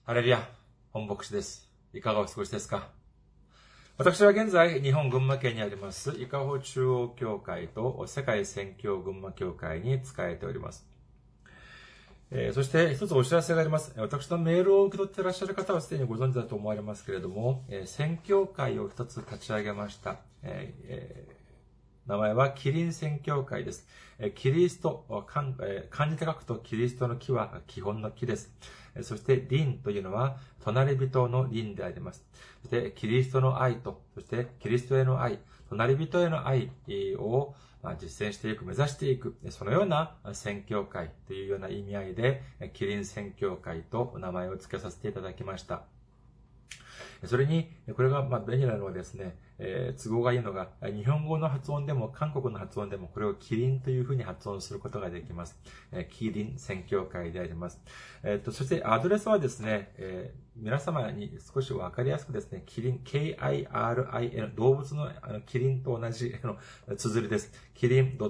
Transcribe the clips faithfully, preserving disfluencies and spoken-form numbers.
ハレルヤ、本牧師です。いかがお過ごしですか？私は現在、日本群馬県にあります、伊香保中央教会と世界宣教群馬教会に仕えております。えー、そして一つお知らせがあります。私のメールを受け取っていらっしゃる方はすでにご存知だと思われますけれども、えー、宣教会を一つ立ち上げました。えーえー名前はキリン宣教会です。キリスト、漢字で書くとキリストの木は基本の木です。そして輪というのは隣人の輪であります。そしてキリストの愛と、そしてキリストへの愛、隣人への愛を実践していく、目指していく、そのような宣教会というような意味合いで、キリン宣教会と名前を付けさせていただきました。それに、これがまあ便利なのはですね、えー、都合がいいのが、日本語の発音でも韓国の発音でもこれをキリンというふうに発音することができます。えー、キリン宣教会であります。えー、とそしてアドレスはですね、えー、皆様に少しわかりやすくですね、キリン、ケーアイアールアイエヌ、動物のあのキリンと同じの綴りです。キリン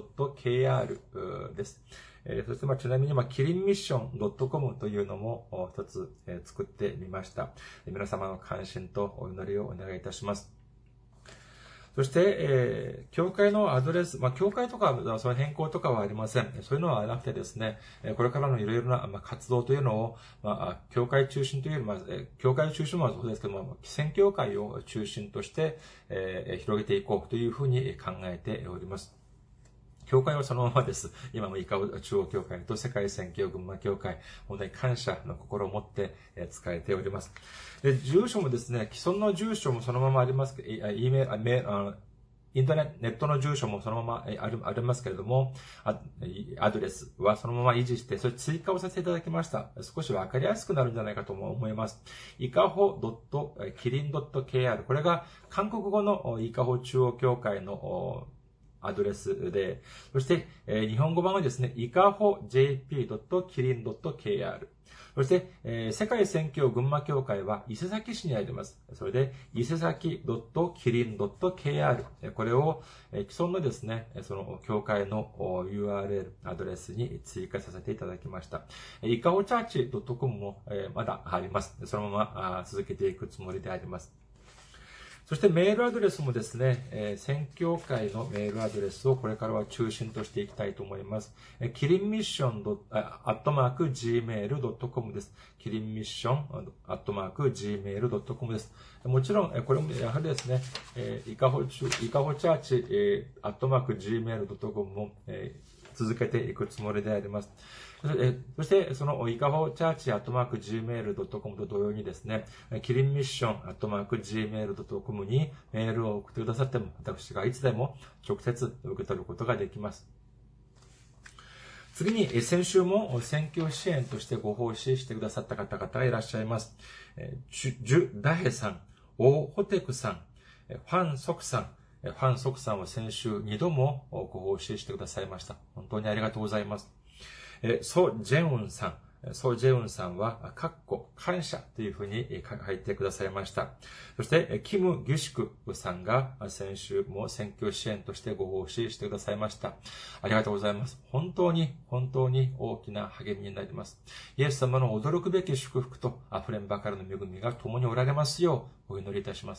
.kr です。えー、そして、まあ、ちなみに、まあ、キリンミッション ドットコム というのも一つ、えー、作ってみました。皆様の関心とお祈りをお願いいたします。そして、えー、教会のアドレス、まあ、教会とか、その変更とかはありません。そういうのはなくてですね、これからのいろいろな、まあ、活動というのを、まあ、教会中心というより、まあ、教会中心もそうですけども、宣教会を中心として、えー、広げていこうというふうに考えております。教会はそのままです。今も伊香保中央教会と世界宣教群馬教会、本当に感謝の心を持って使えております。で、住所もですね、既存の住所もそのままあります。E メール、メール、インターネット、ネットの住所もそのままありますけれども、アドレスはそのまま維持して、それ追加をさせていただきました。少しわかりやすくなるんじゃないかと思います。伊香保 キリン ケーアール。これが韓国語の伊香保中央教会のアドレスで、そして、えー、日本語版はですね、伊香保 ジェイピー キリン ケーアール。そして、えー、世界宣教群馬教会は伊勢崎市にあります。それで、伊勢崎 キリン ケーアール。これを、えー、既存のですね、その教会の ユーアールエル、アドレスに追加させていただきました。伊香保チャーチ .com も、えー、まだあります。そのまま続けていくつもりであります。そしてメールアドレスもですね、えー、宣教会のメールアドレスをこれからは中心としていきたいと思います。えー、キリンミッションアットマーク ジーメール ドットコム です。キリンミッションアットマーク ジーメール ドットコム です。もちろん、これもやはりですね、えー、イカホチャーチ、えー、アットマーク ジーメール ドットコム も、えー、続けていくつもりであります。そして、その、イカホチャーチアットマーク ジーメール ドットコム と同様にですね、キリンミッションアットマーク ジーメール ドットコム にメールを送ってくださっても、私がいつでも直接受け取ることができます。次に、先週も宣教支援としてご奉仕してくださった方々がいらっしゃいます。ジュ・ダヘさん、オー・ホテクさん、ファン・ソクさん、ファン・ソクさんは先週にどもご奉仕してくださいました。本当にありがとうございます。ソ・ジェウンさん。ソ・ジェウンさんは、かっこ、感謝というふうに書いてくださいました。そして、キム・ギュシクさんが先週も選挙支援としてご奉仕してくださいました。ありがとうございます。本当に、本当に大きな励みになります。イエス様の驚くべき祝福と溢れんばかりの恵みが共におられますよう、お祈りいたします。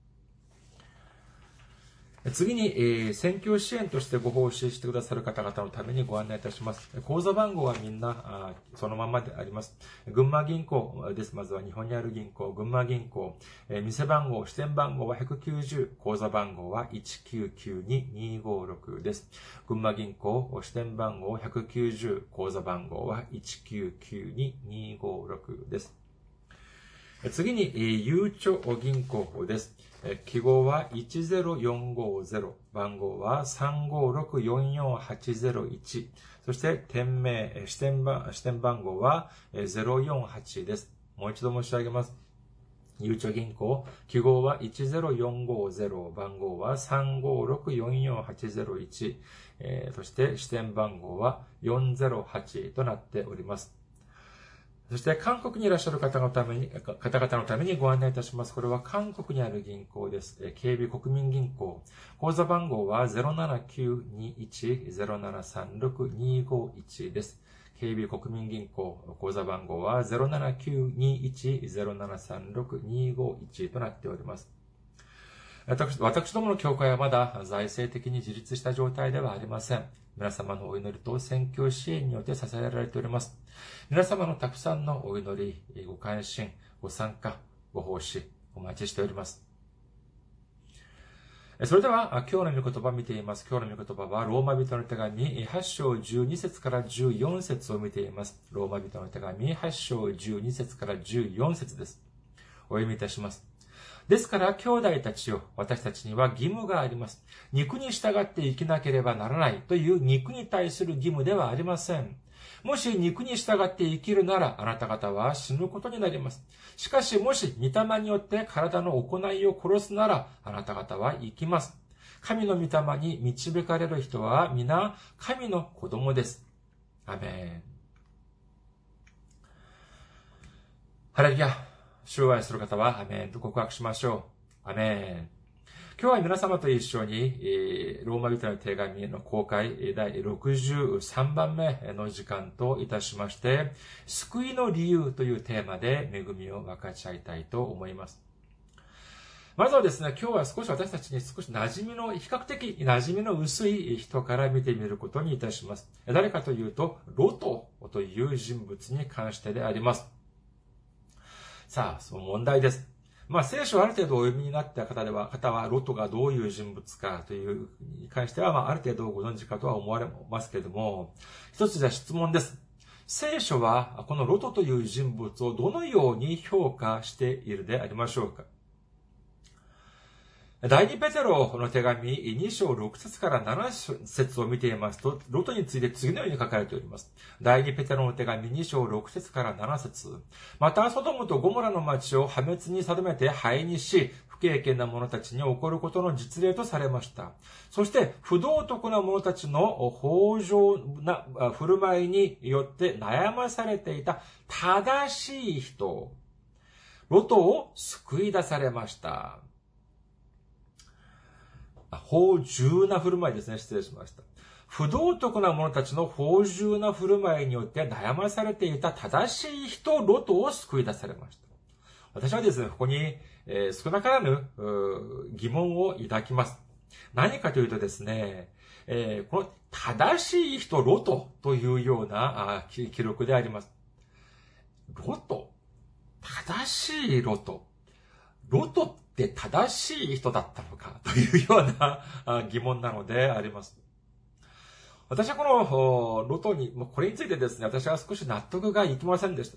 次に、えー、宣教支援としてご奉仕してくださる方々のためにご案内いたします。口座番号はみんなあそのままであります。群馬銀行です。まずは日本にある銀行、群馬銀行。えー、店番号、支店番号はひゃくきゅうじゅう、口座番号はいちきゅうきゅうににごろくです。群馬銀行、支店番号ひゃくきゅうじゅう、口座番号はいちきゅうきゅうににごろくです。次に、ゆうちょ銀行です。記号はいちぜろよんごゼロ、番号はさんごろくよんよんはちゼロいち、そして店名、支店番、支店番号はゼロよんはちです。もう一度申し上げます。ゆうちょ銀行、記号はいちぜろよんごゼロ、番号はさんごろくよんよんはちゼロいち、えー、そして支店番号はよんぜろはちとなっております。そして韓国にいらっしゃる方のために、方々のためにご案内いたします。これは韓国にある銀行です。ケービー国民銀行。口座番号はゼロななきゅうにいちゼロななさんろくにごいちです。 ケービー 国民銀行、口座番号は ゼロななきゅうにいち ゼロななさんろく にごいち となっております。私、私どもの教会はまだ財政的に自立した状態ではありません。皆様のお祈りと宣教支援によって支えられております。皆様のたくさんのお祈り、ご関心、ご参加、ご奉仕、お待ちしております。それでは、今日の御言葉を見ています。今日の御言葉は、ローマ人の手紙はち章じゅうに節からじゅうよん節を見ています。ローマ人の手紙はち章じゅうに節からじゅうよん節です。お読みいたします。ですから、兄弟たちよ、私たちには義務があります。肉に従って生きなければならないという肉に対する義務ではありません。もし肉に従って生きるなら、あなた方は死ぬことになります。しかし、もし御霊によって体の行いを殺すなら、あなた方は生きます。神の御霊に導かれる人は皆、神の子供です。アメン。ハレルヤ。主を愛する方は、アメンと告白しましょう。アメン。今日は皆様と一緒に、ローマ人の手紙の公開だいろくじゅうさんばんめの時間といたしまして、救いの理由というテーマで恵みを分かち合いたいと思います。まずはですね、今日は少し私たちに少し馴染みの、比較的馴染みの薄い人から見てみることにいたします。誰かというと、ロトという人物に関してであります。さあ、その問題です。まあ、聖書をある程度お読みになった方では、方は、ロトがどういう人物かというに関しては、まあ、ある程度ご存知かとは思われますけれども、一つじゃ質問です。聖書は、このロトという人物をどのように評価しているでありましょうか。第二ペテロの手紙に章ろく節からなな節を見ていますと、ロトについて次のように書かれております。第二ペテロの手紙に章ろく節からなな節。また、ソドムとゴモラの町を破滅に定めて灰にし、不敬虔な者たちに起こることの実例とされました。そして、不道徳な者たちの豊穣な振る舞いによって悩まされていた正しい人、ロトを救い出されました。豊穣な振る舞いですね。失礼しました。不道徳な者たちの豊穣な振る舞いによって悩まされていた正しい人、ロトを救い出されました。私はですね、ここに、えー、少なからぬ疑問を抱きます。何かというとですね、えー、この正しい人、ロトというような記録であります。ロト正しいロトロトって正しい人だったのかというような疑問なのであります。私はこのロトに、これについてですね、私は少し納得がいきませんでした。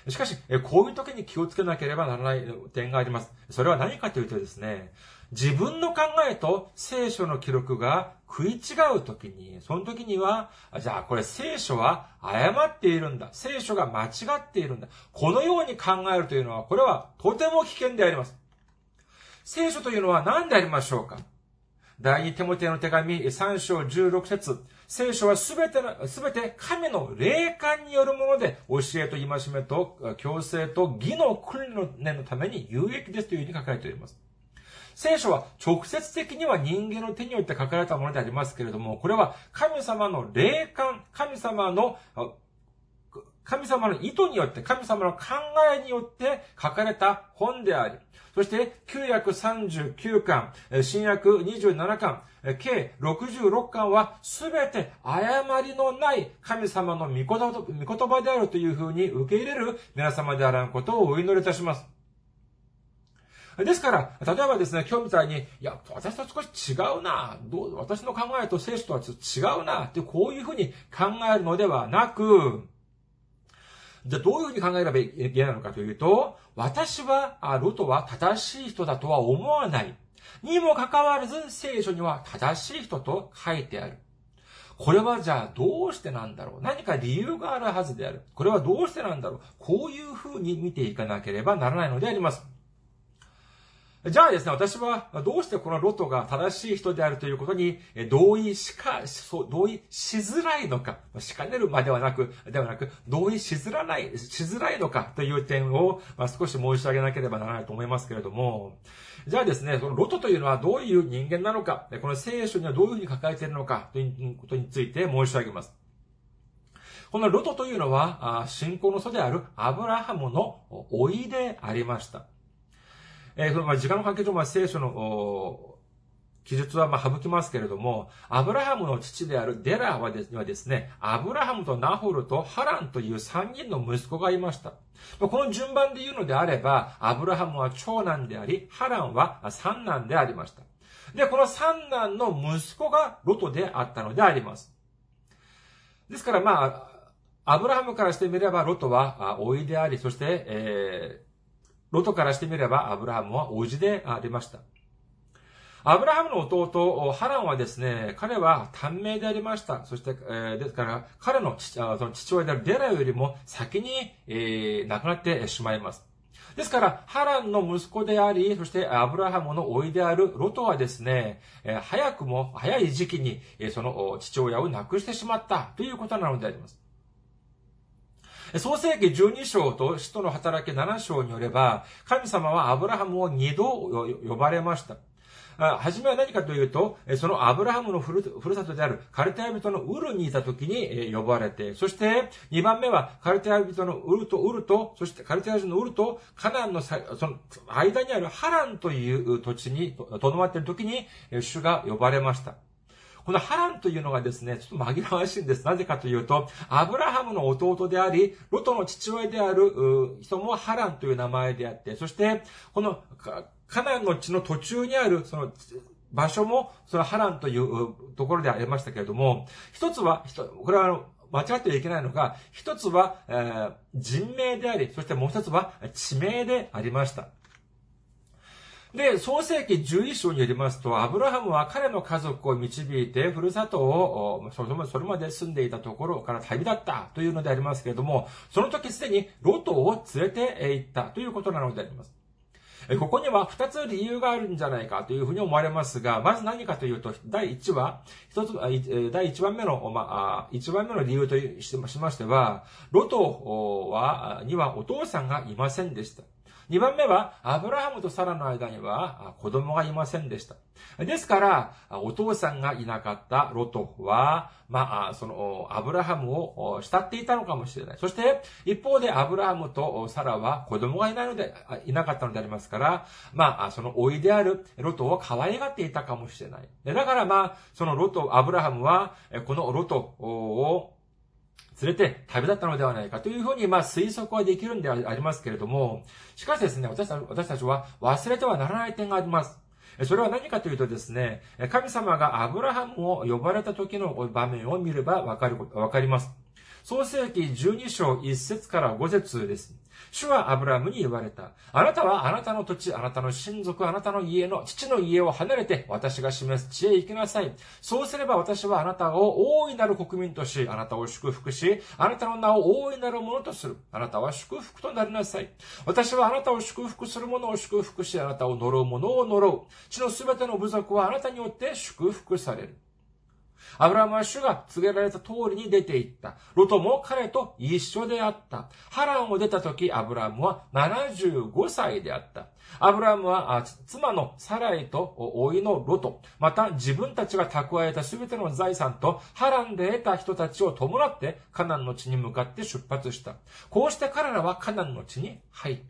しかし、こういう時に気をつけなければならない点があります。それは何かというとですね、自分の考えと聖書の記録が食い違う時に、その時には、じゃあこれ聖書は誤っているんだ。聖書が間違っているんだ。このように考えるというのは、これはとても危険であります。聖書というのは何でありましょうか。第二テモテの手紙さん章じゅうろく節。聖書はすべての、すべて神の霊感によるもので、教えと戒めと強制と義の訓練のために有益ですというふうに書かれております。聖書は直接的には人間の手によって書かれたものでありますけれども、これは神様の霊感、神様の、神様の意図によって、神様の考えによって書かれた本であり、そして旧約さんじゅうきゅうかん、新約にじゅうななかん、計ろくじゅうろっかんはすべて誤りのない神様の御言葉であるというふうに受け入れる皆様であらんことをお祈りいたします。ですから、例えばですね、今日みたいに、いや、私と少し違うな、どう私の考えと聖書とはちょっと違うな、ってこういうふうに考えるのではなく、じゃあどういうふうに考えればいけないのかというと、私は、ロトは正しい人だとは思わない。にもかかわらず、聖書には正しい人と書いてある。これはじゃあどうしてなんだろう。何か理由があるはずである。これはどうしてなんだろう。こういうふうに見ていかなければならないのであります。じゃあですね、私はどうしてこのロトが正しい人であるということに同意しか、同意しづらいのか、しかねるまではなく、ではなく、同意しづらない、しづらいのかという点を少し申し上げなければならないと思いますけれども、じゃあですね、そのロトというのはどういう人間なのか、この聖書にはどういうふうに書かれているのかということについて申し上げます。ここのロトというのは、信仰の祖であるアブラハムの甥いでありました。えー、時間の関係上、まあ、聖書の記述はまあ省きますけれども、アブラハムの父であるデラはですね、アブラハムとナホルとハランという三人の息子がいました。この順番で言うのであれば、アブラハムは長男であり、ハランは三男でありました。で、この三男の息子がロトであったのであります。ですからまあ、アブラハムからしてみればロトは甥いであり、そして、えー、ロトからしてみればアブラハムは叔父でありました。アブラハムの弟、ハランはですね、彼は短命でありました。そして、えー、ですから、彼の 父, その父親であるデラよりも先に、えー、亡くなってしまいます。ですから、ハランの息子であり、そしてアブラハムの甥いであるロトはですね、えー、早くも、早い時期に、えー、その父親を亡くしてしまったということなのであります。創世記じゅうに章と使徒の働きなな章によれば、神様はアブラハムを二度呼ばれました。はじめは何かというと、そのアブラハムのふる、ふるさとであるカルテア人のウルにいた時に呼ばれて、そしてにばんめはカルテア人のウルとウルと、そしてカルテア人のウルとカナンのその間にあるハランという土地にとどまっている時に主が呼ばれました。このハランというのがですね、ちょっと紛らわしいんです。なぜかというと、アブラハムの弟であり、ロトの父親である人もハランという名前であって、そして、このカナンの地の途中にある、その場所も、そのハランというところでありましたけれども、一つは、これはあの、間違ってはいけないのが、一つは、えー、人名であり、そしてもう一つは地名でありました。で、創世記じゅういっ章によりますと、アブラハムは彼の家族を導いて、ふるさとを、それまで住んでいたところから旅立ったというのでありますけれども、その時すでにロトを連れて行ったということなのであります。ここには二つ理由があるんじゃないかというふうに思われますが、まず何かというと、第一は、一つ、第一番目の、まあ、一番目の理由としましては、ロトは、にはお父さんがいませんでした。二番目は、アブラハムとサラの間には子供がいませんでした。ですから、お父さんがいなかったロトは、まあ、その、アブラハムを慕っていたのかもしれない。そして、一方でアブラハムとサラは子供がいないので、いなかったのでありますから、まあ、その甥いであるロトを可愛がっていたかもしれない。だからまあ、そのロト、アブラハムは、このロトを、連れて旅立ったのではないかというふうに、まあ、推測はできるんでありますけれども、しかしですね、私たち、私たちは忘れてはならない点があります。それは何かというとですね、神様がアブラハムを呼ばれた時の場面を見ればわかる、わかります。創世記じゅうに章いち節からご節です。主はアブラハムに言われた。あなたはあなたの土地、あなたの親族、あなたの家の、父の家を離れて、私が示す地へ行きなさい。そうすれば私はあなたを大いなる国民とし、あなたを祝福し、あなたの名を大いなるものとする。あなたは祝福となりなさい。私はあなたを祝福する者を祝福し、あなたを呪う者を呪う。地のすべての部族はあなたによって祝福される。アブラハムは主が告げられた通りに出て行った。ロトも彼と一緒であった。ハランを出た時、アブラハムはななじゅうごさいであった。アブラハムは妻のサライと甥のロト、また自分たちが蓄えたすべての財産とハランで得た人たちを伴ってカナンの地に向かって出発した。こうして彼らはカナンの地に入った。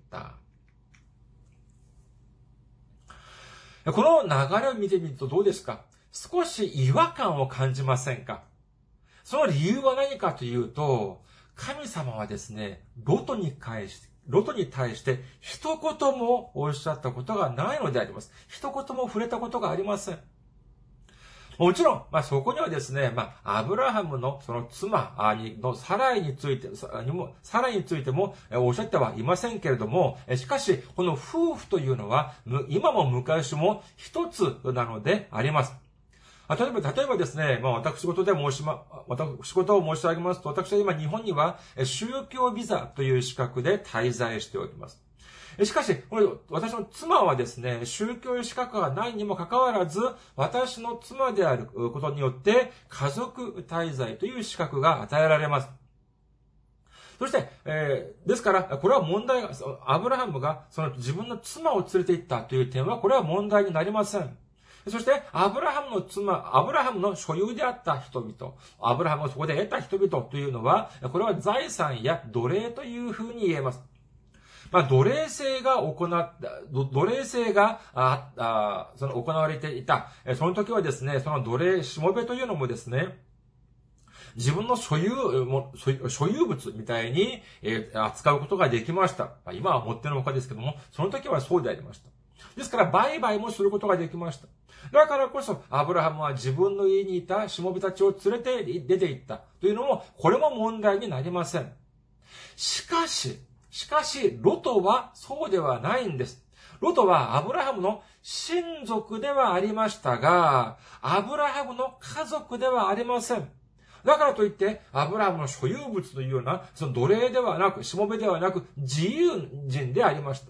この流れを見てみるとどうですか？少し違和感を感じませんか？その理由は何かというと、神様はですね、ロトに対して、ロトに対して一言もおっしゃったことがないのであります。一言も触れたことがありません。もちろん、まあ、そこにはですね、まあ、アブラハムのその妻のサライについて、サライについてもおっしゃってはいませんけれども、しかし、この夫婦というのは、今も昔も一つなのであります。例えば、例えばですね、まあ私事で申しま、私事を申し上げますと、私は今日本には宗教ビザという資格で滞在しております。しかし、これ、私の妻はですね、宗教資格がないにもかかわらず、私の妻であることによって、家族滞在という資格が与えられます。そして、えー、ですから、これは問題が、アブラハムがその自分の妻を連れて行ったという点は、これは問題になりません。 そして、アブラハムの妻、アブラハムの所有であった人々、アブラハムをそこで得た人々というのは、これは財産や奴隷というふうに言えます。まあ、奴隷制が行った、奴隷制が、あ、あ、その行われていた。その時はですね、その奴隷、しもべというのもですね、自分の所有、所有物みたいに扱うことができました。今は持ってのほかですけども、その時はそうでありました。ですから、売買もすることができました。だからこそ、アブラハムは自分の家にいたしもべたちを連れて出て行ったというのも、これも問題になりません。しかし、しかし、ロトはそうではないんです。ロトはアブラハムの親族ではありましたが、アブラハムの家族ではありません。だからといって、アブラハムの所有物というような、その奴隷ではなく、しもべではなく、自由人でありました。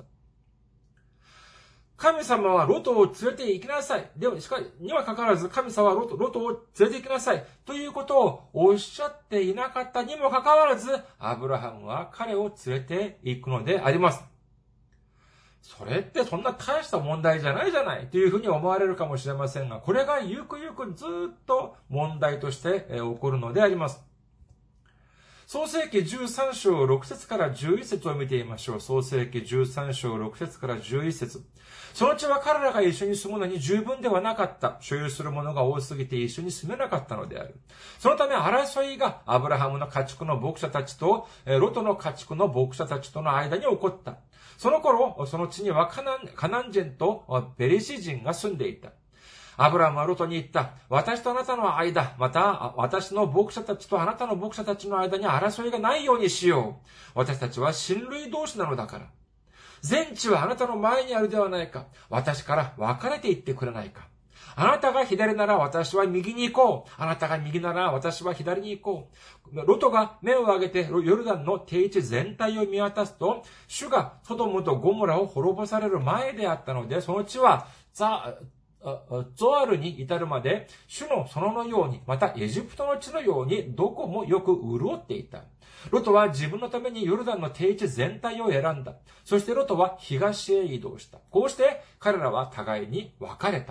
神様はロトを連れて行きなさい。でも、しかし、にはかかわらず、神様はロト、ロトを連れて行きなさい。ということをおっしゃっていなかったにもかかわらず、アブラハムは彼を連れて行くのであります。それってそんな大した問題じゃないじゃないというふうに思われるかもしれませんが、これがゆくゆくずっと問題として起こるのであります。創世記じゅうさん章ろく節からじゅういち節を見てみましょう。創世記じゅうさん章ろく節からじゅういち節。その地は彼らが一緒に住むのに十分ではなかった。所有するものが多すぎて一緒に住めなかったのである。そのため争いがアブラハムの家畜の牧者たちとロトの家畜の牧者たちとの間に起こった。その頃、その地にはカナン、カナン人とペリシ人が住んでいた。アブラムはロトに言った。私とあなたの間、また私の牧者たちとあなたの牧者たちの間に争いがないようにしよう。私たちは親類同士なのだから。全地はあなたの前にあるではないか。私から別れていってくれないか。あなたが左なら私は右に行こう。あなたが右なら私は左に行こう。ロトが目を上げてヨルダンの低地全体を見渡すと、主がソドムとゴモラを滅ぼされる前であったので、その地はザ、ゾアルに至るまで、主の園のように、またエジプトの地のように、どこもよく潤っていた。ロトは自分のためにヨルダンの低地全体を選んだ。そしてロトは東へ移動した。こうして彼らは互いに別れた。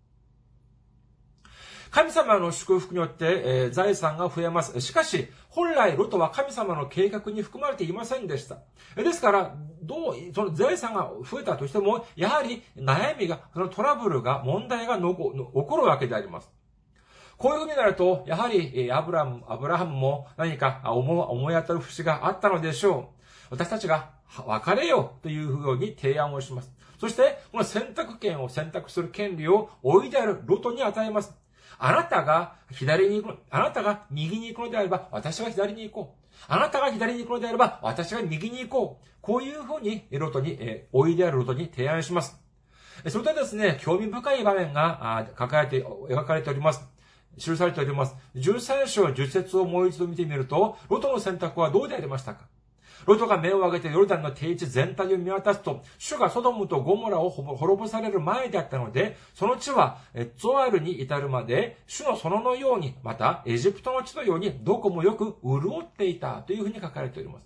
神様の祝福によって、えー、財産が増えます。しかし、本来ロトは神様の計画に含まれていませんでした。ですから、どう、その財産が増えたとしても、やはり悩みが、そのトラブルが、問題がのこ起こるわけであります。こういうふうになると、やはり、アブラム、アブラハムも何か思、思い当たる節があったのでしょう。私たちが別れようというふうに提案をします。そして、この選択権を選択する権利を老いであるロトに与えます。あなたが左に行くの、あなたが右に行くのであれば、私は左に行こう。あなたが左に行くのであれば、私が右に行こう。こういうふうに、ロトに、えー、老いであるロトに提案します。それとですね、興味深い場面が書かれて、描かれております。記されております。じゅうさん章じゅっ節をもう一度見てみると、ロトの選択はどうでありましたか？ロトが目を上げてヨルダンの低地全体を見渡すと、主がソドムとゴモラを滅ぼされる前であったので、その地はゾアルに至るまで、主の園のように、またエジプトの地のように、どこもよく潤っていたというふうに書かれております。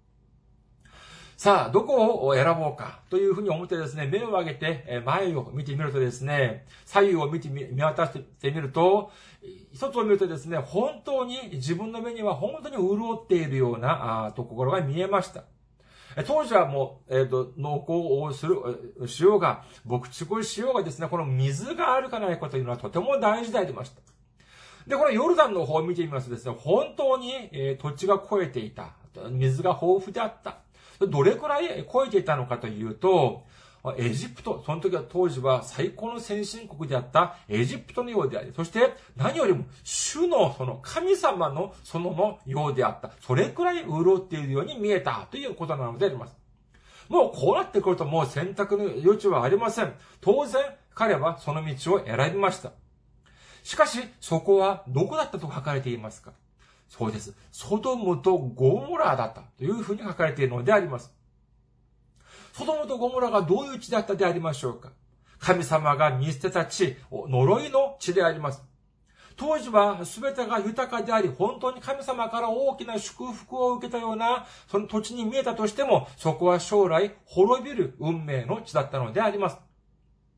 さあ、どこを選ぼうかというふうに思ってですね、目を上げて前を見てみるとですね、左右を見て見渡してみると、一つを見るとですね、本当に自分の目には本当に潤っているようなところが見えました。当時はもう、えっと、農耕をする、しようが、牧畜をしようがですね、この水があるかないかというのはとても大事でありました。で、このヨルダンの方を見てみますとですね、本当に、えー、土地が肥えていた。水が豊富であった。どれくらい超えていたのかというと、エジプト、その時は当時は最高の先進国であったエジプトのようであり、そして何よりも主のその神様の園のようであった。それくらい潤っているように見えたということなのであります。もうこうなってくるともう選択の余地はありません。当然彼はその道を選びました。しかしそこはどこだったと書かれていますか？そうです。ソドムとゴモラだったというふうに書かれているのであります。ソドムとゴモラがどういう地だったでありましょうか？神様が見捨てた地、呪いの地であります。当時は全てが豊かであり、本当に神様から大きな祝福を受けたような、その土地に見えたとしても、そこは将来滅びる運命の地だったのであります。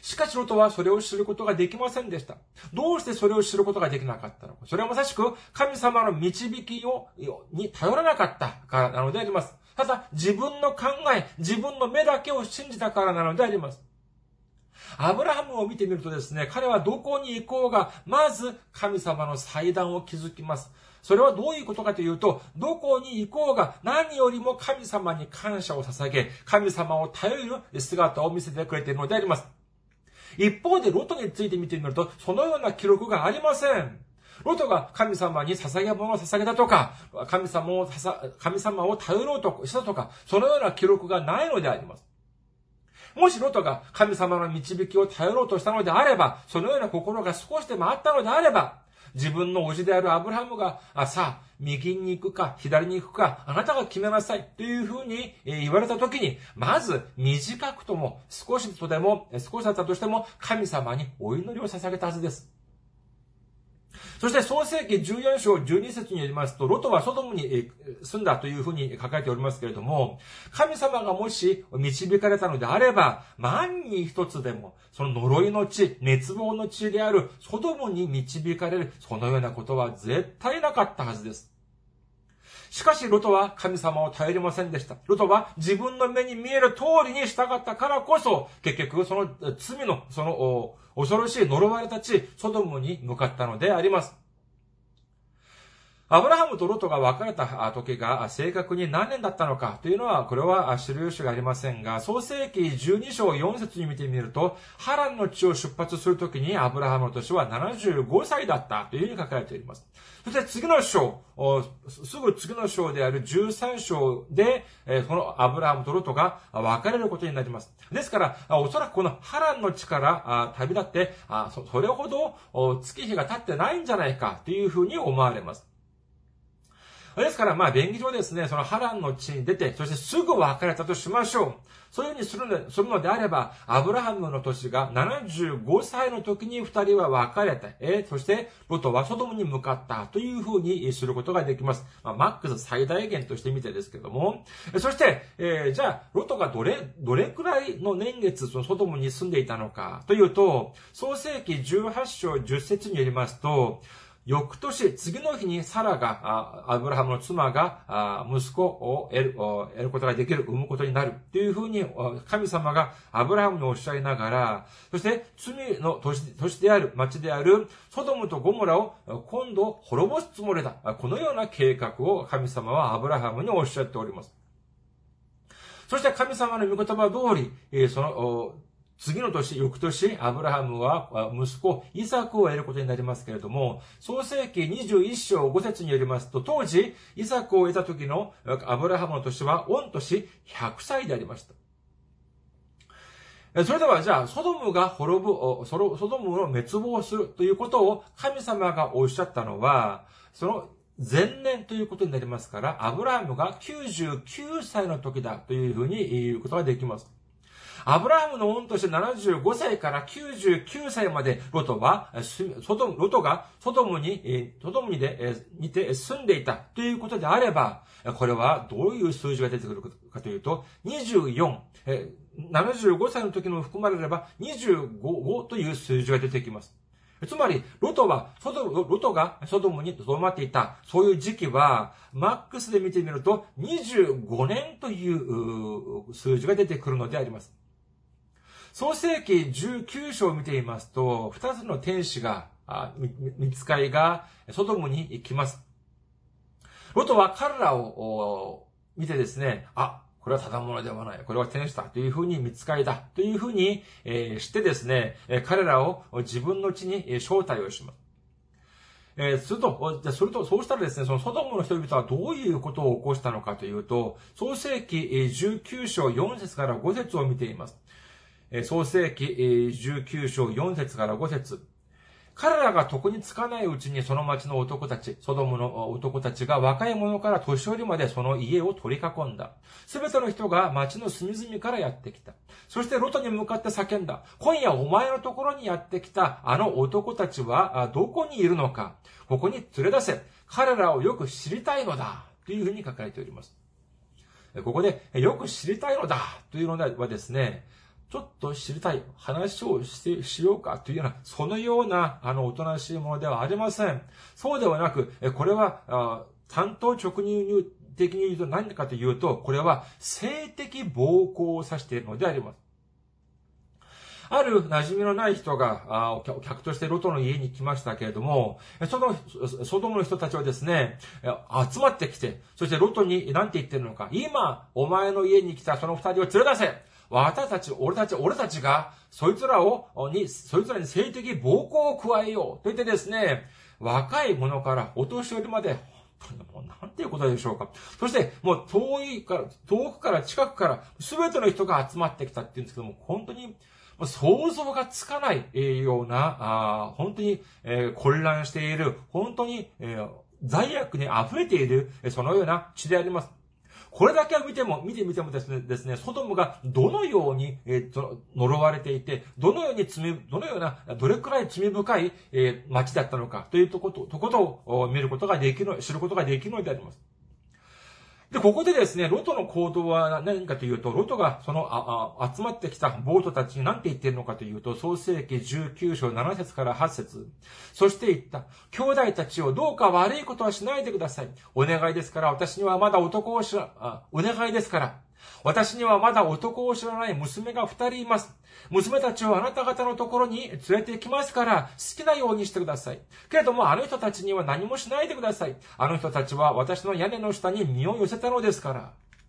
しかしロトはそれを知ることができませんでした。どうしてそれを知ることができなかったのか。それはまさしく神様の導きを、に頼らなかったからなのであります。ただ自分の考え、自分の目だけを信じたからなのであります。アブラハムを見てみるとですね、彼はどこに行こうが、まず神様の祭壇を築きます。それはどういうことかというと、どこに行こうが何よりも神様に感謝を捧げ、神様を頼る姿を見せてくれているのであります。一方でロトについて見てみると、そのような記録がありません。ロトが神様に捧げ物を捧げたとか、神様を、神様を頼ろうとしたとか、そのような記録がないのであります。もしロトが神様の導きを頼ろうとしたのであれば、そのような心が少しでもあったのであれば、自分の叔父であるアブラハムが、あ、さあ、右に行くか、左に行くか、あなたが決めなさい、というふうに言われたときに、まず、短くとも、少しとでも、少しだったとしても、神様にお祈りを捧げたはずです。そして創世記じゅうよん章じゅうに節によりますと、ロトはソドムに住んだというふうに書かれておりますけれども、神様がもし導かれたのであれば、万に一つでも、その呪いの地、滅亡の地であるソドムに導かれる、そのようなことは絶対なかったはずです。しかし、ロトは神様を頼りませんでした。ロトは自分の目に見える通りに従ったからこそ、結局、その罪の、その、恐ろしい呪われた地、ソドムに向かったのであります。アブラハムとロトが別れた時が正確に何年だったのかというのは、これは知る由がありませんが、創世記じゅうに章よん節に見てみると、ハランの地を出発するときにアブラハムの年はななじゅうごさいだったというふうに書かれています。そして次の章、すぐ次の章であるじゅうさん章で、このアブラハムとロトが別れることになります。ですから、おそらくこのハランの地から旅立って、それほど月日が経ってないんじゃないかというふうに思われます。ですから、まあ、便宜上ですね、そのハランの地に出て、そしてすぐ別れたとしましょう。そういうふうにするので、するのであれば、アブラハムの年がななじゅうごさいの時に二人は別れて、えー、そしてロトはソドムに向かったというふうにすることができます。まあ、マックス最大限としてみてですけども。そして、えー、じゃあ、ロトがどれ、どれくらいの年月、そのソドムに住んでいたのかというと、創世記じゅうはち章じゅっ節によりますと、翌年、次の日にサラが、アブラハムの妻が、息子を得る、得ることができる、産むことになる。というふうに、神様がアブラハムにおっしゃりながら、そして、罪の都市、都市である、町である、ソドムとゴモラを今度滅ぼすつもりだ。このような計画を神様はアブラハムにおっしゃっております。そして神様の御言葉通り、その、次の年、翌年、アブラハムは息子、イサクを得ることになりますけれども、創世記にじゅういち章ご節によりますと、当時、イサクを得た時のアブラハムの年は、御年ひゃくさいでありました。それでは、じゃあ、ソドムが滅ぶ、ソドムを滅亡するということを神様がおっしゃったのは、その前年ということになりますから、アブラハムがきゅうじゅうきゅうさいの時だというふうに言うことができます。アブラハムの御年ななじゅうごさいからきゅうじゅうきゅうさいまでロトは、ソドム、ロトがソドムに、ソドムにで、にて住んでいたということであれば、これはどういう数字が出てくるかというと、にじゅうよん、ななじゅうごさいの時の含まれればにじゅうごという数字が出てきます。つまり、ロトは、ソドム、ロトがソドムに留まっていた、そういう時期は、マックスで見てみると、にじゅうごねんという数字が出てくるのであります。創世記じゅうきゅう章を見ていますと、二つの天使が、見つかりがソドムに行きます。ロトは彼らを見てですね、あ、これはただものではない。これは天使だ。というふうに見つかりだ。というふうに、えー、してですね、彼らを自分の地に招待をします。えー、すると、じゃそれと、そうしたらですね、そのソドムの人々はどういうことを起こしたのかというと、創世記じゅうきゅう章よん節からご節を見ています。創世記じゅうきゅう章よん節からご節。彼らが床につかないうちにその町の男たち、ソドムの男たちが若い者から年寄りまでその家を取り囲んだ。すべての人が町の隅々からやってきた。そしてロトに向かって叫んだ。今夜お前のところにやってきたあの男たちはどこにいるのか。ここに連れ出せ。彼らをよく知りたいのだ。というふうに書かれております。ここでよく知りたいのだ。というのはですね、 ちょっと知りたい、話をして、しようかというような、そのような、あの、おとなしいものではありません。そうではなく、これは、あ単刀直入的に言うと何かというと、これは性的暴行を指しているのであります。ある馴染みのない人が、客としてロトの家に来ましたけれども、その、ソドムの人たちはですね、集まってきて、そしてロトに何て言ってるのか、今、お前の家に来たその二人を連れ出せ私たち、俺たち、俺たちが、そいつらを、に、そいつらに性的暴行を加えよう。と言ってですね、若い者からお年寄りまで、もうなんていうことでしょうか。そして、もう遠いから、遠くから近くから、すべての人が集まってきたっていうんですけども、本当に、想像がつかないような、あ本当に、えー、混乱している、本当に、えー、罪悪に溢れている、そのような地であります。これだけを見ても、見てみてもですね、ですね、ソドムがどのように、えー、呪われていて、どのように罪、どのような、どれくらい罪深い、えー、町だったのか、というとこと、とことを見ることができる、知ることができるのであります。で、ここでですね、ロトの行動は何かというと、ロトがその、あ、あ、集まってきた暴徒たちに何て言っているのかというと、創世記じゅうきゅう章なな節からはち節。そして言った。兄弟たちをどうか悪いことはしないでください。お願いですから、私にはまだ男を知ら、あ、お願いですから。私にはまだ男を知らない娘が二人います。娘たちをあなた方のところに連れてきますから、好きなようにしてください。けれども、あの人たちには何もしないでください。あの人たちは私の屋根の下に身を寄せたのですから。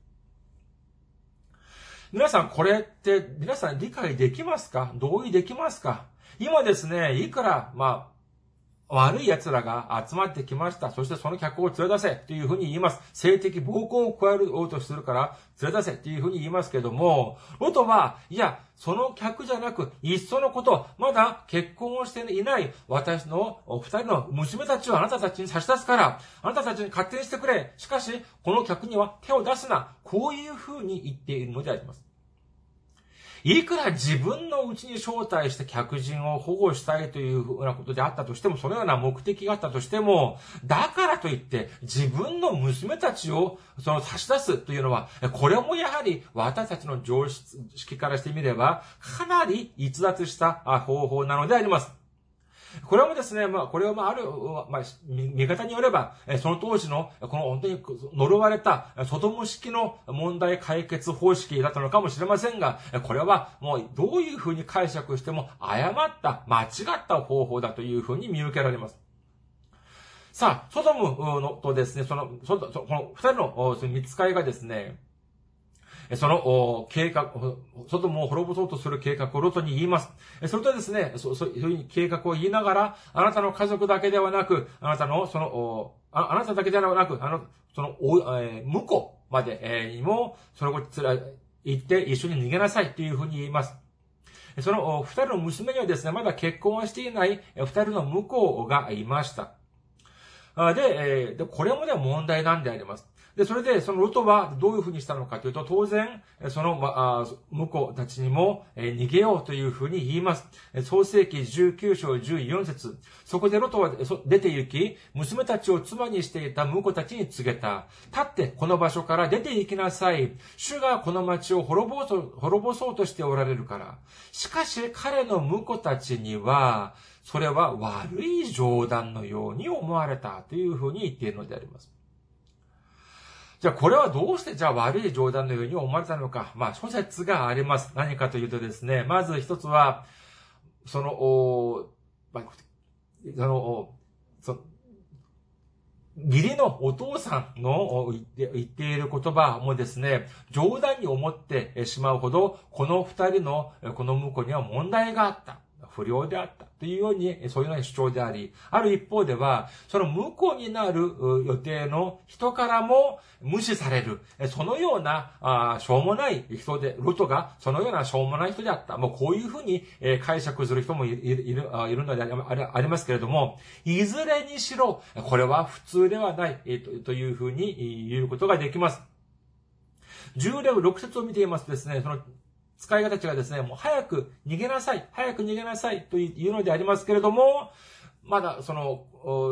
皆さん、これって、皆さん理解できますか？同意できますか？今ですね、いくら、まあ、悪い奴らが集まってきました。そしてその客を連れ出せというふうに言います。性的暴行を加えようとするから連れ出せというふうに言いますけども、ロトは、いや、その客じゃなく、いっそのこと、まだ結婚をしていない私の二人の娘たちをあなたたちに差し出すから、あなたたちに勝手にしてくれ。しかし、この客には手を出すな。こういうふうに言っているのであります。いくら自分のうちに招待して客人を保護したいというふうなことであったとしても、そのような目的があったとしても、だからといって自分の娘たちをその差し出すというのは、これもやはり私たちの常識からしてみれば、かなり逸脱した方法なのであります。これもですね、まあ、これはまあ、ある、まあ、見方によれば、その当時の、この本当に呪われた、ソドム式の問題解決方式だったのかもしれませんが、これはもうどういうふうに解釈しても誤った、間違った方法だというふうに見受けられます。さあ、ソドムのとですね、その、その、この二人の見つかりがですね、その計画、ソドムを滅ぼそうとする計画をロトに言います。それとですね、そういうふうに計画を言いながら、あなたの家族だけではなく、あなたの、その、ああなただけではなく、あの、その、えー、婿まで、えー、にも、その後、つら、行って一緒に逃げなさいというふうに言います。その、二人の娘にはですね、まだ結婚はしていない二人の婿がいました。で、で、これもね、問題なんであります。で、それで、そのロトはどういうふうにしたのかというと、当然、その、ま、婿たちにも、えー、逃げようというふうに言います。創世記じゅうきゅう章じゅうよん節。そこでロトは出て行き、娘たちを妻にしていた婿たちに告げた。立って、この場所から出て行きなさい。主がこの町を滅ぼそう、滅ぼそうとしておられるから。しかし、彼の婿たちには、それは悪い冗談のように思われたというふうに言っているのであります。じゃあこれはどうしてじゃあ悪い冗談のように思われたのか。まあ諸説があります。何かというとですね、まず一つは、その、おまあ、その、そ義理のお父さんの言っている言葉もですね、冗談に思ってしまうほど、この二人のこの婿には問題があった。不良であったというように、そういうような主張であり、ある一方では、その婿になる予定の人からも無視される、そのような、あしょうもない人で、ロトがそのようなしょうもない人であった。もうこういうふうに解釈する人もいる、いる、いるのでありますけれども、いずれにしろ、これは普通ではないというふうに言うことができます。じゅうろく節を見ていますとですね、その使い方たちがですね、もう早く逃げなさい、早く逃げなさいというのでありますけれども、まだその、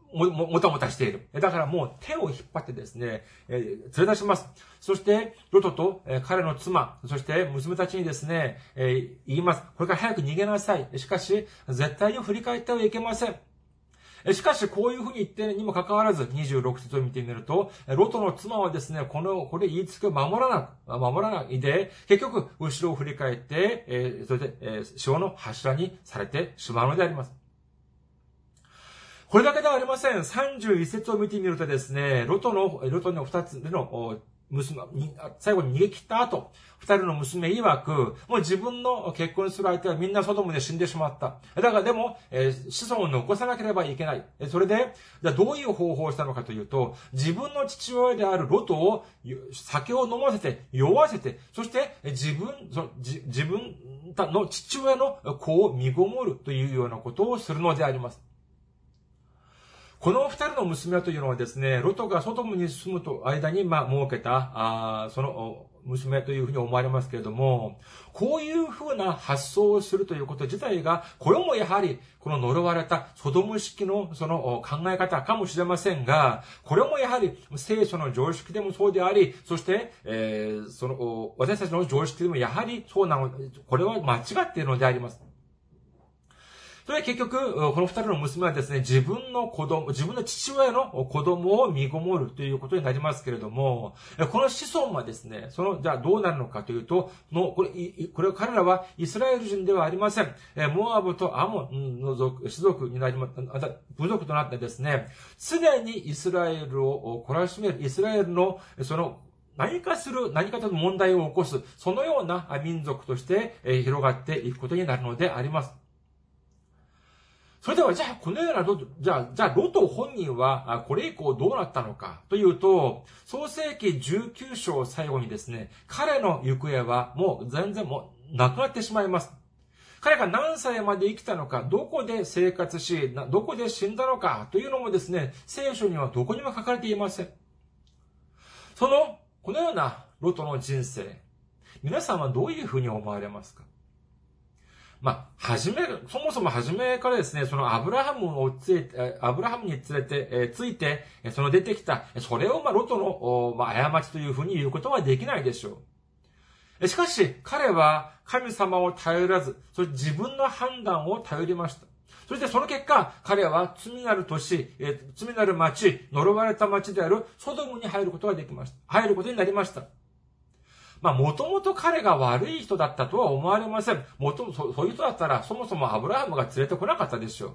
も、も、もたもたしている。だからもう手を引っ張ってですね、えー、連れ出します。そして、ロトと、えー、彼の妻、そして娘たちにですね、えー、言います。これから早く逃げなさい。しかし、絶対に振り返ってはいけません。しかし、こういうふうに言ってにもかかわらず、にじゅうろく節を見てみると、ロトの妻はですね、この、これ言いつけを守らなく、守らないで、結局、後ろを振り返って、えー、それで、えー、潮の柱にされてしまうのであります。これだけではありません。さんじゅういち節を見てみるとですね、ロトの、ロトの二つでの娘、最後に逃げ切った後、二人の娘曰く、もう自分の結婚する相手はみんなソドムで死んでしまった。だからでも、えー、子孫を残さなければいけない。それで、じゃあどういう方法をしたのかというと、自分の父親であるロトを酒を飲ませて、酔わせて、そして自分、そ自自分の父親の子を身ごもるというようなことをするのであります。この二人の娘というのはですね、ロトがソドムに住むと間に、まあ、設けた、あその、娘というふうに思われますけれども、こういうふうな発想をするということ自体が、これもやはり、この呪われたソドム式のその考え方かもしれませんが、これもやはり聖書の常識でもそうであり、そして、えー、その、私たちの常識でもやはりそうなの、これは間違っているのであります。それは結局、この二人の娘はですね、自分の子供、自分の父親の子供を身ごもるということになりますけれども、この子孫はですね、その、じゃあどうなるのかというと、の、これ、これ、彼らはイスラエル人ではありません。モアブとアモンの族、種族になりま、部族となってですね、すでにイスラエルを懲らしめる、イスラエルの、その、何かする、何かと問題を起こす、そのような民族として広がっていくことになるのであります。それでは、じゃあ、このようなロト、じゃあ、じゃあ、ロト本人は、これ以降どうなったのかというと、創世記じゅうきゅう章最後にですね、彼の行方はもう全然もうなくなってしまいます。彼が何歳まで生きたのか、どこで生活し、どこで死んだのかというのもですね、聖書にはどこにも書かれていません。その、このようなロトの人生、皆さんはどういうふうに思われますか？まあ、はじめ、そもそもはじめからですね、そのアブラハムをついて、アブラハムに連れて、えついて、その出てきた、それをまあ、ロトの、まあ、過ちというふうに言うことはできないでしょう。しかし、彼は神様を頼らず、そして自分の判断を頼りました。そしてその結果、彼は罪なる都市、え罪なる町、呪われた町であるソドムに入ることができました。入ることになりました。まあ、もともと彼が悪い人だったとは思われません。もともと、そういう人だったら、そもそもアブラハムが連れてこなかったでしょ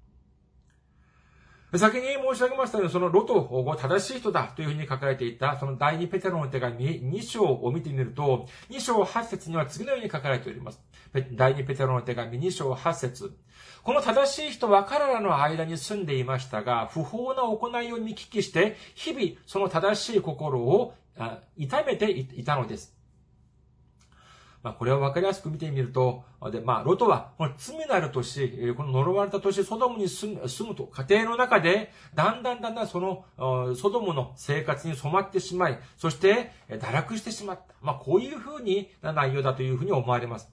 う。先に申し上げましたように、そのロトを正しい人だというふうに書かれていた、その第二ペテロの手紙に章を見てみると、に章はち節には次のように書かれております。第二ペテロの手紙に章はち節。この正しい人は彼らの間に住んでいましたが、不法な行いを見聞きして、日々その正しい心を痛めていたのです。まあ、これを分かりやすく見てみると、で、まあ、ロトは、この罪なる都市、この呪われた都市、ソドムに住む、住むと、家庭の中で、だんだんだんだんその、ソドムの生活に染まってしまい、そして、堕落してしまった。まあ、こういうふうにな内容だというふうに思われます。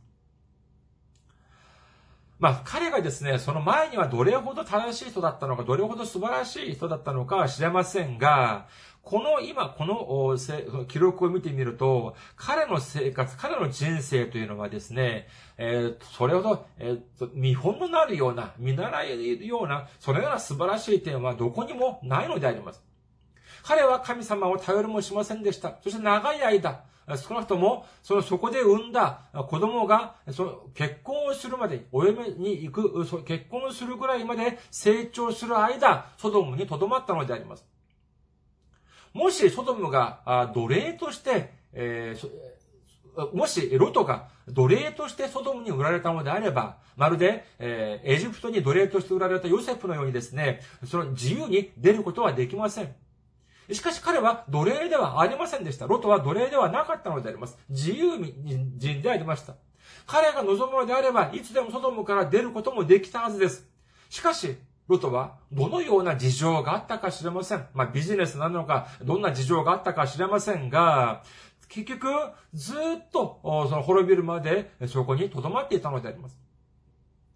まあ、彼がですね、その前にはどれほど正しい人だったのか、どれほど素晴らしい人だったのかは知れませんが、この今、この記録を見てみると、彼の生活、彼の人生というのはですね、えー、それほど、えー、見本のなるような、見習えるような、そのような素晴らしい点はどこにもないのであります。彼は神様を頼りもしませんでした。そして長い間、少なくとも、その、そこで産んだ子供が、その、結婚をするまで、お嫁に行く、結婚をするぐらいまで成長する間、ソドムに留まったのであります。もし、ソドムが奴隷として、えー、もし、ロトが奴隷としてソドムに売られたのであれば、まるで、えー、エジプトに奴隷として売られたヨセフのようにですね、その自由に出ることはできません。しかし彼は奴隷ではありませんでした。ロトは奴隷ではなかったのであります。自由人でありました。彼が望むのであれば、いつでもソドムから出ることもできたはずです。しかし、ロトはどのような事情があったか知れません。まあビジネスなのか、どんな事情があったか知れませんが、結局、ずっとその滅びるまでそこに留まっていたのであります。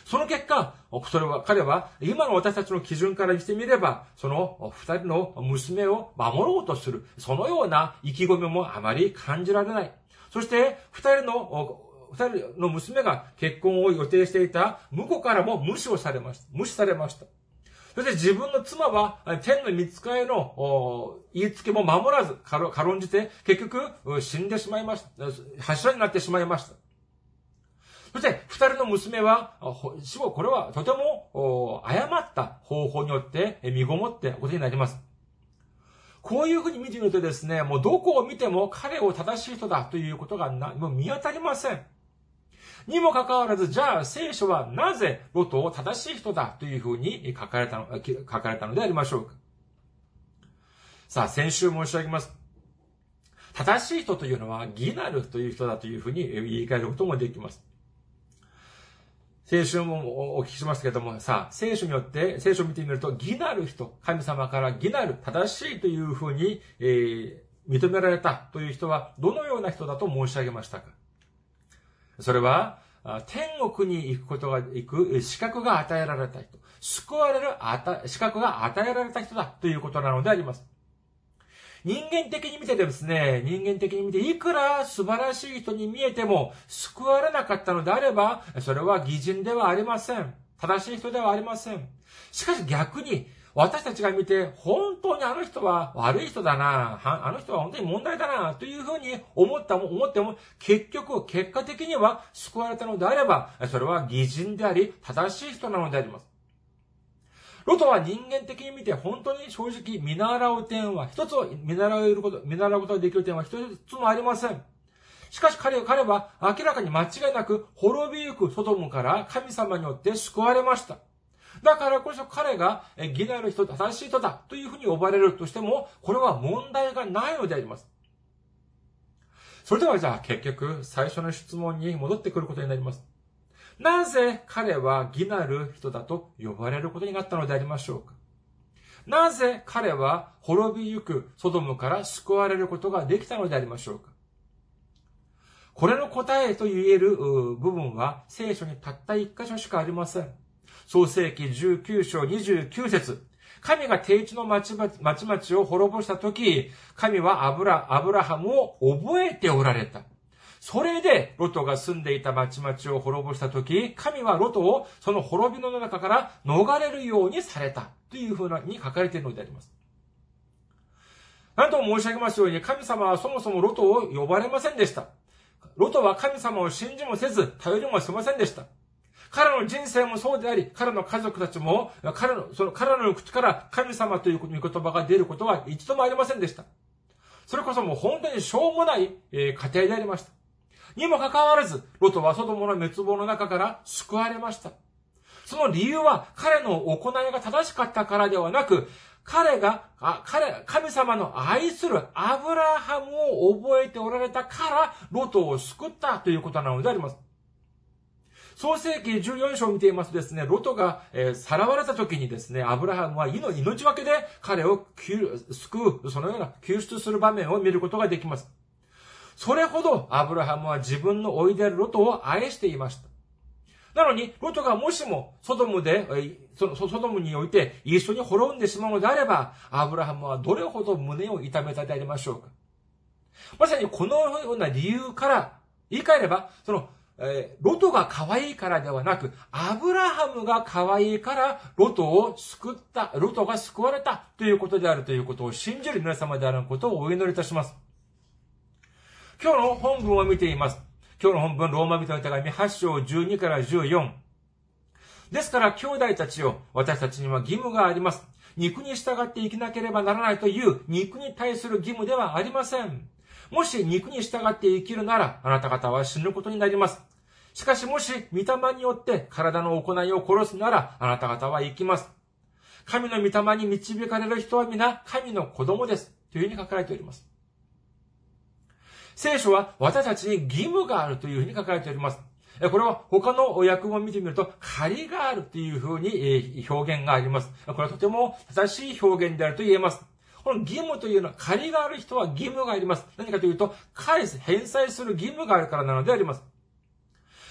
その結果、それは、彼は、今の私たちの基準からしてみれば、その二人の娘を守ろうとする、そのような意気込みもあまり感じられない。そして、二人の、二人の娘が結婚を予定していた向こうからも無視をされました。無視されました。そして自分の妻は、天の御使いの言いつけも守らず、軽んじて、結局、死んでしまいました。柱になってしまいました。そして、二人の娘は、死後、これはとても誤った方法によって身ごもってことになります。こういうふうに見てみるとですね、もうどこを見ても彼を正しい人だということがなもう見当たりません。にもかかわらず、じゃあ聖書はなぜロトを正しい人だというふうに書かれたの、書かれたのでありましょうか。さあ、先週申し上げます。正しい人というのは義なるという人だというふうに言い換えることもできます。聖書もお聞きしましたけども、さあ、聖書によって、聖書を見てみると、義なる人、神様から義なる、正しいというふうに、えー、認められたという人は、どのような人だと申し上げましたか。それは、天国に行くことが、行く資格が与えられた人、救われる資格が与えられた人だということなのであります。人間的に見てですね、人間的に見ていくら素晴らしい人に見えても救われなかったのであれば、それは義人ではありません。正しい人ではありません。しかし逆に、私たちが見て、本当にあの人は悪い人だな、あの人は本当に問題だな、というふうに思ったも、思っても、結局、結果的には救われたのであれば、それは義人であり、正しい人なのであります。ロトは人間的に見て本当に正直見習う点は一つを見習えること、見習うことができる点は一つもありません。しかし彼は、彼は明らかに間違いなく滅びゆくソドムから神様によって救われました。だからこそ彼が義なる人、正しい人だというふうに呼ばれるとしても、これは問題がないのであります。それではじゃあ結局最初の質問に戻ってくることになります。なぜ彼は義なる人だと呼ばれることになったのでありましょうか。なぜ彼は滅びゆくソドムから救われることができたのでありましょうか。これの答えと言える部分は聖書にたった一箇所しかありません。創世記じゅうきゅう章にじゅうきゅう節。神が低地の町々を滅ぼしたとき、神はアブラ、アブラハムを覚えておられた。それで、ロトが住んでいた町々を滅ぼしたとき、神はロトをその滅びの中から逃れるようにされたというふうに書かれているのであります。何度も申し上げますように、神様はそもそもロトを呼ばれませんでした。ロトは神様を信じもせず、頼りもしませんでした。彼の人生もそうであり、彼の家族たちも、彼の、その彼の口から神様という御言葉が出ることは一度もありませんでした。それこそもう本当にしょうもない家庭でありました。にもかかわらず、ロトはソドムの滅亡の中から救われました。その理由は彼の行いが正しかったからではなく、彼が、あ彼、神様の愛するアブラハムを覚えておられたから、ロトを救ったということなのであります。創世記じゅうよん章を見ていますとですね、ロトが、えー、さらわれた時にですね、アブラハムは命分けで彼を救う、そのような救出する場面を見ることができます。それほどアブラハムは自分の甥であるロトを愛していました。なのに、ロトがもしもソドムで、ソドムにおいて一緒に滅んでしまうのであれば、アブラハムはどれほど胸を痛めたでありましょうか。まさにこのような理由から、言い換えれば、その、えー、ロトが可愛いからではなく、アブラハムが可愛いから、ロトを救った、ロトが救われたということであるということを信じる皆様であることをお祈りいたします。今日の本文を見ています。今日の本文、ローマ人の手紙はち章じゅうにからじゅうよん。ですから、兄弟たちよ、私たちには義務があります。肉に従って生きなければならないという肉に対する義務ではありません。もし肉に従って生きるなら、あなた方は死ぬことになります。しかしもし、御霊によって体の行いを殺すなら、あなた方は生きます。神の御霊に導かれる人は皆、神の子供です。というふうに書かれております。聖書は私たちに義務があるというふうに書かれております。これは他の訳文を見てみると、借りがあるというふうに表現があります。これはとても正しい表現であると言えます。この義務というのは、借りがある人は義務があります。何かというと、返す、返済する義務があるからなのであります。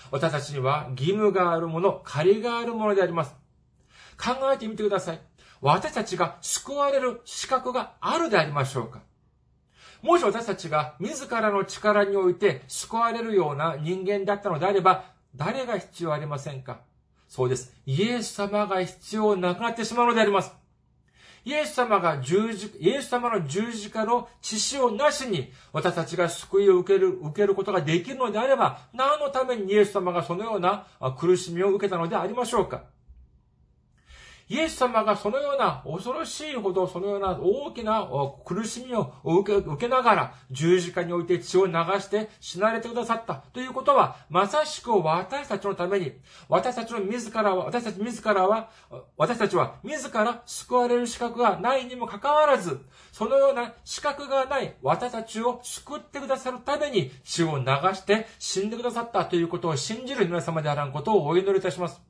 私たちには義務があるもの、借りがあるものであります。考えてみてください。私たちが救われる資格があるでありましょうか？もし私たちが自らの力において救われるような人間だったのであれば、誰が必要ありませんか？そうです。イエス様が必要なくなってしまうのであります。イエス様が十字、イエス様の十字架の血潮なしに私たちが救いを受ける、受けることができるのであれば、何のためにイエス様がそのような苦しみを受けたのでありましょうか？イエス様がそのような恐ろしいほどそのような大きな苦しみを受け、受けながら十字架において血を流して死なれてくださったということは、まさしく私たちのために、私たちの自らは、私たち自らは、私たちは自ら救われる資格がないにもかかわらず、そのような資格がない私たちを救ってくださるために血を流して死んでくださったということを信じる皆様であらんことをお祈りいたします。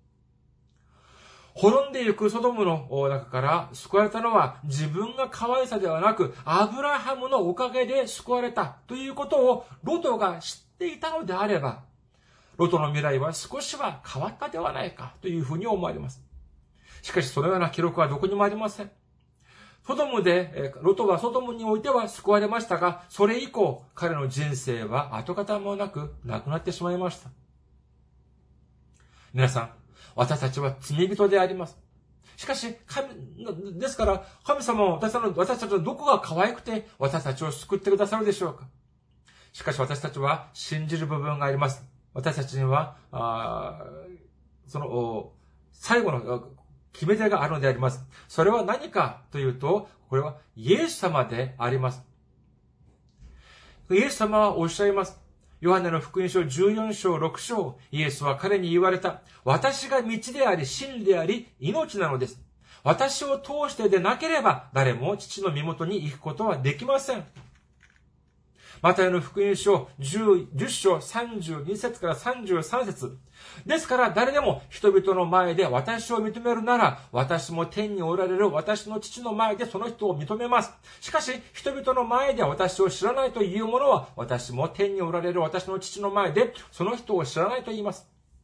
滅んでゆくソドムの中から救われたのは自分が可愛さではなくアブラハムのおかげで救われたということをロトが知っていたのであれば、ロトの未来は少しは変わったではないかというふうに思われます。しかしそのような記録はどこにもありません。ソドムで、ロトはソドムにおいては救われましたが、それ以降彼の人生は跡形もなくなくなってしまいました。皆さん、私たちは罪人であります。しかし、神、ですから、神様は私たちの、私たちのどこが可愛くて、私たちを救ってくださるでしょうか。しかし私たちは信じる部分があります。私たちには、あその、最後の決め手があるのであります。それは何かというと、これはイエス様であります。イエス様はおっしゃいます。ヨハネの福音書じゅうよん章ろく章、イエスは彼に言われた。私が道であり、真であり、命なのです。私を通してでなければ、誰も父の身元に行くことはできません。マタイの福音書じゅう章さんじゅうに節からさんじゅうさん節。ですから誰でも人々の前で私を認めるなら、私も天におられる私の父の前でその人を認めます。しかし人々の前で私を知らないという者は、私も天におられる私の父の前でその人を知らないと言います。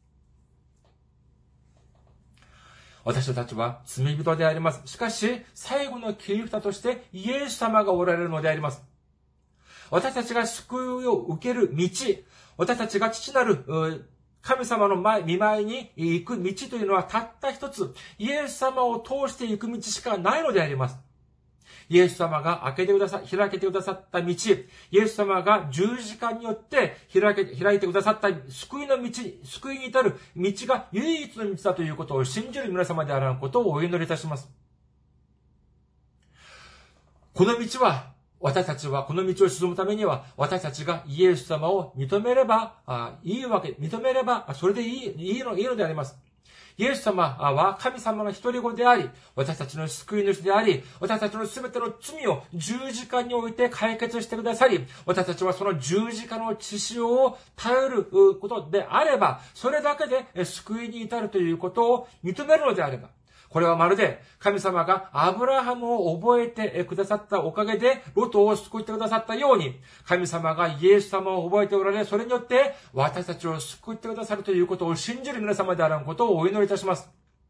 私たちは罪人であります。しかし最後の切り札としてイエス様がおられるのであります。私たちが救いを受ける道、私たちが父なる神様の前、見舞いに行く道というのはたった一つ、イエス様を通して行く道しかないのであります。イエス様が開けてくださ、開けてくださった道、イエス様が十字架によって開け、開いてくださった救いの道、救いに至る道が唯一の道だということを信じる皆様であらんことをお祈りいたします。この道は、私たちはこの道を進むためには、私たちがイエス様を認めればあいいわけ、認めればそれでいい、いいの、いいのであります。イエス様は神様の一人子であり、私たちの救い主であり、私たちのすべての罪を十字架において解決してくださり、私たちはその十字架の血潮を頼ることであれば、それだけで救いに至るということを認めるのであれば、これはまるで神様がアブラハムを覚えてくださったおかげでロトを救ってくださったように、神様がイエス様を覚えておられ、それによって私たちを救ってくださるということを信じる皆様であらんことをお祈りいたします。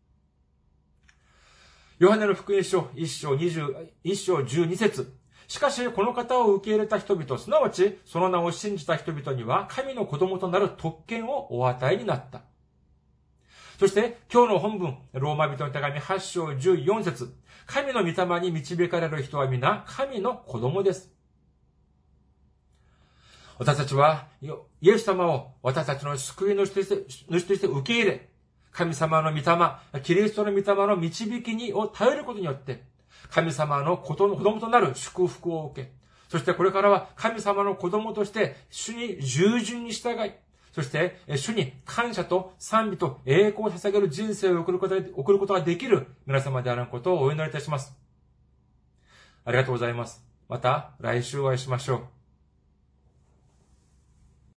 ヨハネの福音書いち章にじゅう、いち章じゅうに節。しかしこの方を受け入れた人々、すなわちその名を信じた人々には神の子供となる特権をお与えになった。そして、今日の本文、ローマ人の手紙はち章じゅうよん節。神の御霊に導かれる人は皆、神の子供です。私たちは、イエス様を私たちの救い主として、主として受け入れ、神様の御霊、キリストの御霊の導きにを頼ることによって、神様の子供となる祝福を受け、そしてこれからは神様の子供として、主に従順に従い、そして、主に感謝と賛美と栄光を捧げる人生を送ることが、送ることができる皆様であることをお祈りいたします。ありがとうございます。また来週お会いしましょう。